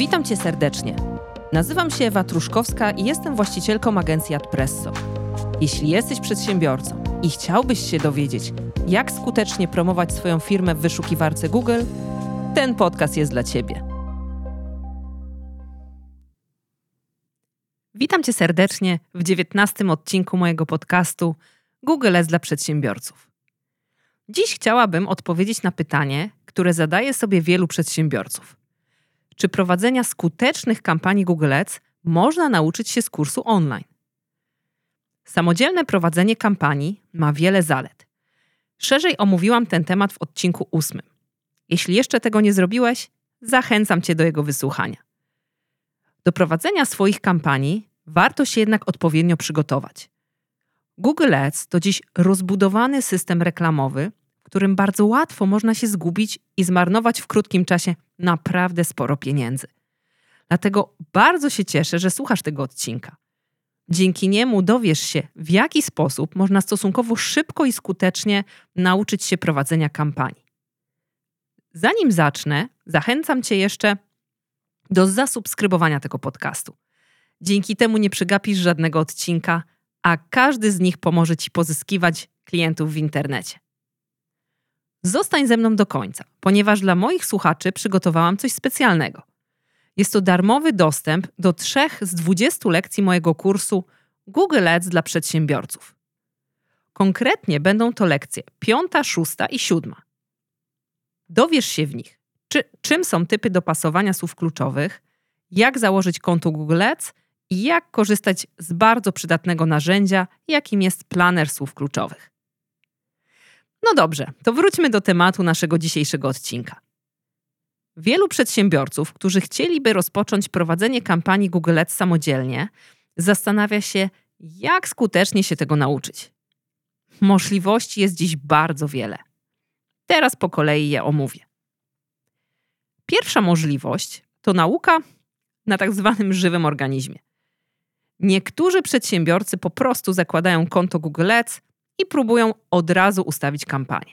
Witam Cię serdecznie. Nazywam się Ewa Truszkowska i jestem właścicielką agencji Adpresso. Jeśli jesteś przedsiębiorcą i chciałbyś się dowiedzieć, jak skutecznie promować swoją firmę w wyszukiwarce Google, ten podcast jest dla Ciebie. Witam Cię serdecznie w 19. odcinku mojego podcastu Google Ads dla przedsiębiorców. Dziś chciałabym odpowiedzieć na pytanie, które zadaje sobie wielu przedsiębiorców. Czy prowadzenia skutecznych kampanii Google Ads można nauczyć się z kursu online? Samodzielne prowadzenie kampanii ma wiele zalet. Szerzej omówiłam ten temat w odcinku 8. Jeśli jeszcze tego nie zrobiłeś, zachęcam Cię do jego wysłuchania. Do prowadzenia swoich kampanii warto się jednak odpowiednio przygotować. Google Ads to dziś rozbudowany system reklamowy, w którym bardzo łatwo można się zgubić i zmarnować w krótkim czasie naprawdę sporo pieniędzy. Dlatego bardzo się cieszę, że słuchasz tego odcinka. Dzięki niemu dowiesz się, w jaki sposób można stosunkowo szybko i skutecznie nauczyć się prowadzenia kampanii. Zanim zacznę, zachęcam Cię jeszcze do zasubskrybowania tego podcastu. Dzięki temu nie przegapisz żadnego odcinka, a każdy z nich pomoże Ci pozyskiwać klientów w internecie. Zostań ze mną do końca, ponieważ dla moich słuchaczy przygotowałam coś specjalnego. Jest to darmowy dostęp do 3 z 20 lekcji mojego kursu Google Ads dla przedsiębiorców. Konkretnie będą to lekcje 5., 6. i 7. Dowiesz się w nich, czym są typy dopasowania słów kluczowych, jak założyć konto Google Ads i jak korzystać z bardzo przydatnego narzędzia, jakim jest planer słów kluczowych. No dobrze, to wróćmy do tematu naszego dzisiejszego odcinka. Wielu przedsiębiorców, którzy chcieliby rozpocząć prowadzenie kampanii Google Ads samodzielnie, zastanawia się, jak skutecznie się tego nauczyć. Możliwości jest dziś bardzo wiele. Teraz po kolei je omówię. Pierwsza możliwość to nauka na tak zwanym żywym organizmie. Niektórzy przedsiębiorcy po prostu zakładają konto Google Ads i próbują od razu ustawić kampanię.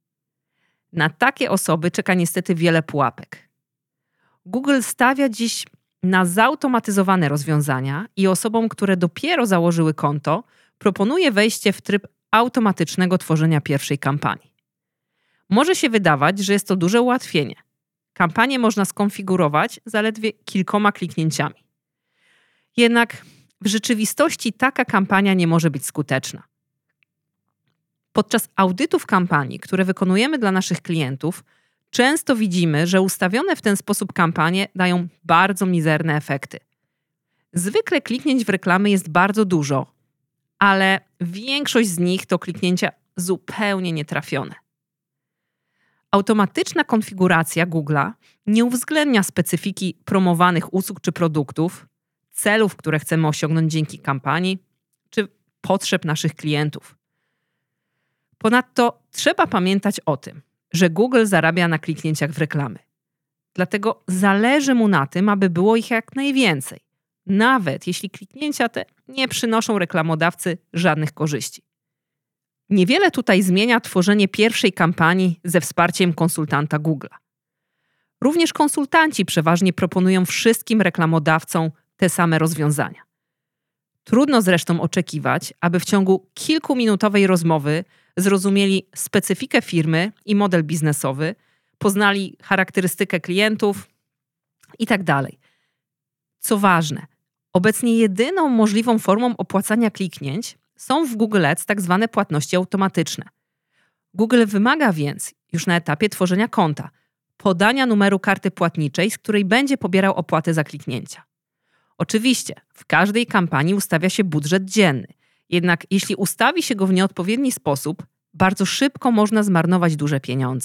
Na takie osoby czeka niestety wiele pułapek. Google stawia dziś na zautomatyzowane rozwiązania i osobom, które dopiero założyły konto, proponuje wejście w tryb automatycznego tworzenia pierwszej kampanii. Może się wydawać, że jest to duże ułatwienie. Kampanię można skonfigurować zaledwie kilkoma kliknięciami. Jednak w rzeczywistości taka kampania nie może być skuteczna. Podczas audytów kampanii, które wykonujemy dla naszych klientów, często widzimy, że ustawione w ten sposób kampanie dają bardzo mizerne efekty. Zwykle kliknięć w reklamy jest bardzo dużo, ale większość z nich to kliknięcia zupełnie nietrafione. Automatyczna konfiguracja Google'a nie uwzględnia specyfiki promowanych usług czy produktów, celów, które chcemy osiągnąć dzięki kampanii, czy potrzeb naszych klientów. Ponadto trzeba pamiętać o tym, że Google zarabia na kliknięciach w reklamy. Dlatego zależy mu na tym, aby było ich jak najwięcej, nawet jeśli kliknięcia te nie przynoszą reklamodawcy żadnych korzyści. Niewiele tutaj zmienia tworzenie pierwszej kampanii ze wsparciem konsultanta Google'a. Również konsultanci przeważnie proponują wszystkim reklamodawcom te same rozwiązania. Trudno zresztą oczekiwać, aby w ciągu kilkuminutowej rozmowy zrozumieli specyfikę firmy i model biznesowy, poznali charakterystykę klientów itd. Co ważne, obecnie jedyną możliwą formą opłacania kliknięć są w Google Ads tak zwane płatności automatyczne. Google wymaga więc już na etapie tworzenia konta podania numeru karty płatniczej, z której będzie pobierał opłaty za kliknięcia. Oczywiście w każdej kampanii ustawia się budżet dzienny, jednak jeśli ustawi się go w nieodpowiedni sposób, bardzo szybko można zmarnować duże pieniądze.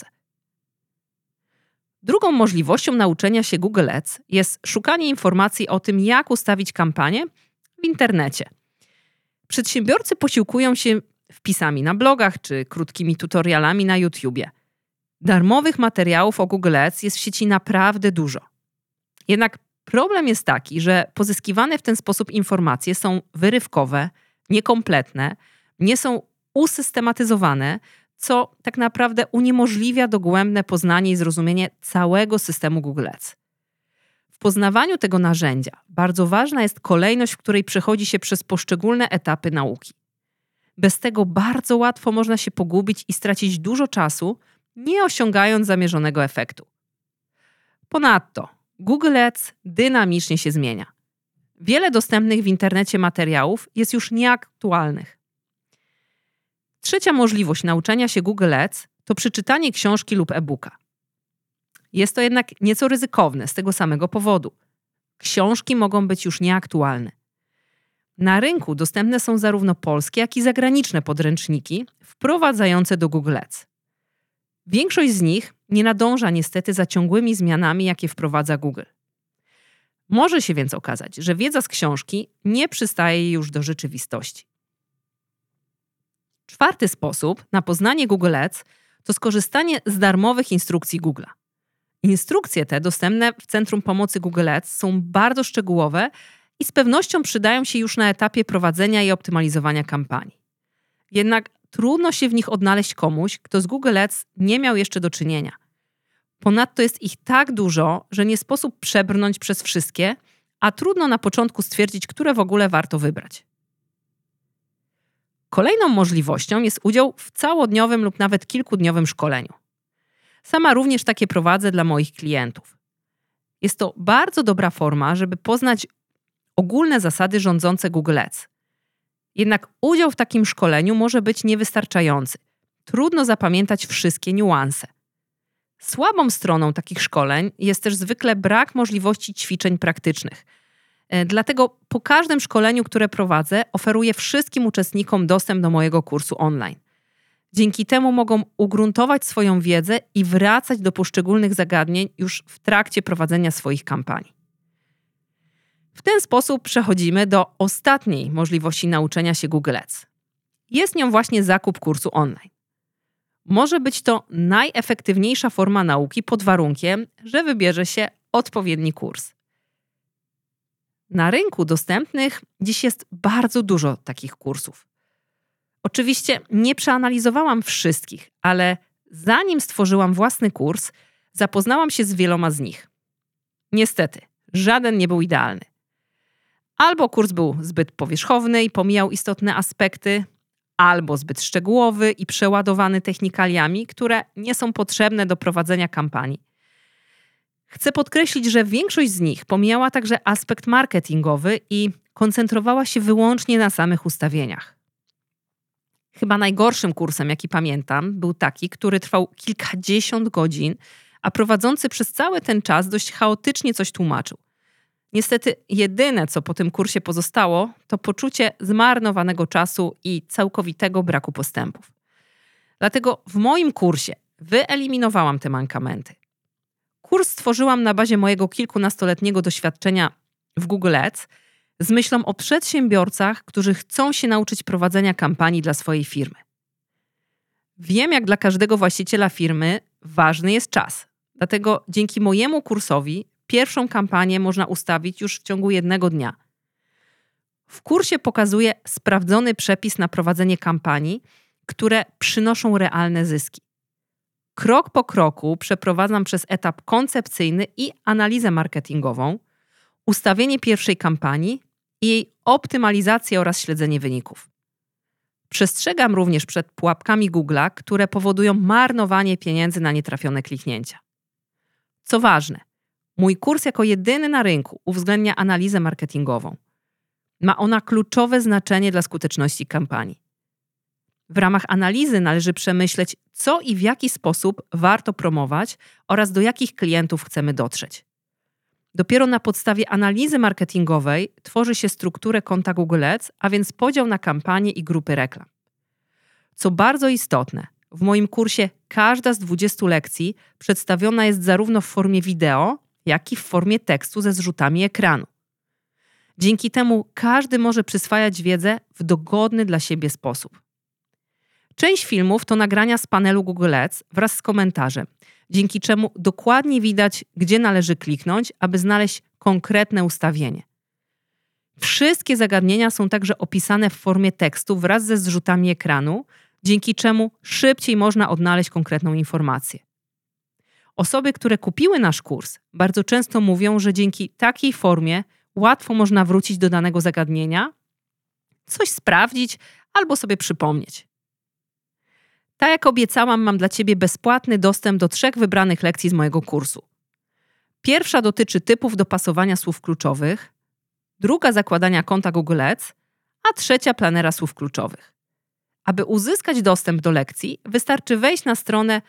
Drugą możliwością nauczenia się Google Ads jest szukanie informacji o tym, jak ustawić kampanię w internecie. Przedsiębiorcy posiłkują się wpisami na blogach czy krótkimi tutorialami na YouTubie. Darmowych materiałów o Google Ads jest w sieci naprawdę dużo. Jednak problem jest taki, że pozyskiwane w ten sposób informacje są wyrywkowe, niekompletne, nie są usystematyzowane, co tak naprawdę uniemożliwia dogłębne poznanie i zrozumienie całego systemu Google Ads. W poznawaniu tego narzędzia bardzo ważna jest kolejność, w której przechodzi się przez poszczególne etapy nauki. Bez tego bardzo łatwo można się pogubić i stracić dużo czasu, nie osiągając zamierzonego efektu. Ponadto Google Ads dynamicznie się zmienia. Wiele dostępnych w internecie materiałów jest już nieaktualnych. Trzecia możliwość nauczania się Google Ads to przeczytanie książki lub e-booka. Jest to jednak nieco ryzykowne z tego samego powodu. Książki mogą być już nieaktualne. Na rynku dostępne są zarówno polskie, jak i zagraniczne podręczniki wprowadzające do Google Ads. Większość z nich nie nadąża niestety za ciągłymi zmianami, jakie wprowadza Google. Może się więc okazać, że wiedza z książki nie przystaje już do rzeczywistości. Czwarty sposób na poznanie Google Ads to skorzystanie z darmowych instrukcji Google'a. Instrukcje te dostępne w Centrum Pomocy Google Ads są bardzo szczegółowe i z pewnością przydają się już na etapie prowadzenia i optymalizowania kampanii. Jednak trudno się w nich odnaleźć komuś, kto z Google Ads nie miał jeszcze do czynienia. Ponadto jest ich tak dużo, że nie sposób przebrnąć przez wszystkie, a trudno na początku stwierdzić, które w ogóle warto wybrać. Kolejną możliwością jest udział w całodniowym lub nawet kilkudniowym szkoleniu. Sama również takie prowadzę dla moich klientów. Jest to bardzo dobra forma, żeby poznać ogólne zasady rządzące Google Ads. Jednak udział w takim szkoleniu może być niewystarczający. Trudno zapamiętać wszystkie niuanse. Słabą stroną takich szkoleń jest też zwykle brak możliwości ćwiczeń praktycznych. Dlatego po każdym szkoleniu, które prowadzę, oferuję wszystkim uczestnikom dostęp do mojego kursu online. Dzięki temu mogą ugruntować swoją wiedzę i wracać do poszczególnych zagadnień już w trakcie prowadzenia swoich kampanii. W ten sposób przechodzimy do ostatniej możliwości nauczenia się Google Ads. Jest nią właśnie zakup kursu online. Może być to najefektywniejsza forma nauki pod warunkiem, że wybierze się odpowiedni kurs. Na rynku dostępnych dziś jest bardzo dużo takich kursów. Oczywiście nie przeanalizowałam wszystkich, ale zanim stworzyłam własny kurs, zapoznałam się z wieloma z nich. Niestety, żaden nie był idealny. Albo kurs był zbyt powierzchowny i pomijał istotne aspekty, albo zbyt szczegółowy i przeładowany technikaliami, które nie są potrzebne do prowadzenia kampanii. Chcę podkreślić, że większość z nich pomijała także aspekt marketingowy i koncentrowała się wyłącznie na samych ustawieniach. Chyba najgorszym kursem, jaki pamiętam, był taki, który trwał kilkadziesiąt godzin, a prowadzący przez cały ten czas dość chaotycznie coś tłumaczył. Niestety jedyne, co po tym kursie pozostało, to poczucie zmarnowanego czasu i całkowitego braku postępów. Dlatego w moim kursie wyeliminowałam te mankamenty. Kurs stworzyłam na bazie mojego kilkunastoletniego doświadczenia w Google Ads z myślą o przedsiębiorcach, którzy chcą się nauczyć prowadzenia kampanii dla swojej firmy. Wiem, jak dla każdego właściciela firmy ważny jest czas. Dlatego dzięki mojemu kursowi pierwszą kampanię można ustawić już w ciągu jednego dnia. W kursie pokazuję sprawdzony przepis na prowadzenie kampanii, które przynoszą realne zyski. Krok po kroku przeprowadzam przez etap koncepcyjny i analizę marketingową, ustawienie pierwszej kampanii i jej optymalizację oraz śledzenie wyników. Przestrzegam również przed pułapkami Google'a, które powodują marnowanie pieniędzy na nietrafione kliknięcia. Co ważne, mój kurs jako jedyny na rynku uwzględnia analizę marketingową. Ma ona kluczowe znaczenie dla skuteczności kampanii. W ramach analizy należy przemyśleć, co i w jaki sposób warto promować oraz do jakich klientów chcemy dotrzeć. Dopiero na podstawie analizy marketingowej tworzy się strukturę konta Google Ads, a więc podział na kampanie i grupy reklam. Co bardzo istotne, w moim kursie każda z 20 lekcji przedstawiona jest zarówno w formie wideo, jak i w formie tekstu ze zrzutami ekranu. Dzięki temu każdy może przyswajać wiedzę w dogodny dla siebie sposób. Część filmów to nagrania z panelu Google Ads wraz z komentarzem, dzięki czemu dokładnie widać, gdzie należy kliknąć, aby znaleźć konkretne ustawienie. Wszystkie zagadnienia są także opisane w formie tekstu wraz ze zrzutami ekranu, dzięki czemu szybciej można odnaleźć konkretną informację. Osoby, które kupiły nasz kurs, bardzo często mówią, że dzięki takiej formie łatwo można wrócić do danego zagadnienia, coś sprawdzić albo sobie przypomnieć. Tak jak obiecałam, mam dla Ciebie bezpłatny dostęp do 3 wybranych lekcji z mojego kursu. Pierwsza dotyczy typów dopasowania słów kluczowych, druga zakładania konta Google Ads, a trzecia planera słów kluczowych. Aby uzyskać dostęp do lekcji, wystarczy wejść na stronę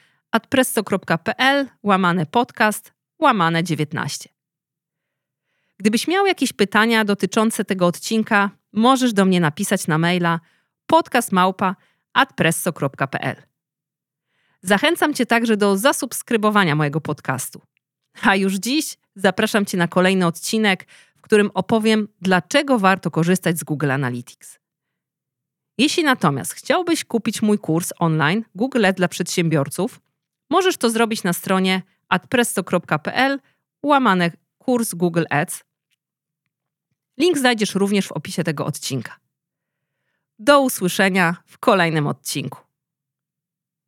adpresso.pl/podcast/19. Gdybyś miał jakieś pytania dotyczące tego odcinka, możesz do mnie napisać na maila podcast@adpresso.pl. Zachęcam Cię także do zasubskrybowania mojego podcastu. A już dziś zapraszam Cię na kolejny odcinek, w którym opowiem, dlaczego warto korzystać z Google Analytics. Jeśli natomiast chciałbyś kupić mój kurs online Google Ads dla przedsiębiorców, możesz to zrobić na stronie adpresso.pl/kurs Google Ads. Link znajdziesz również w opisie tego odcinka. Do usłyszenia w kolejnym odcinku.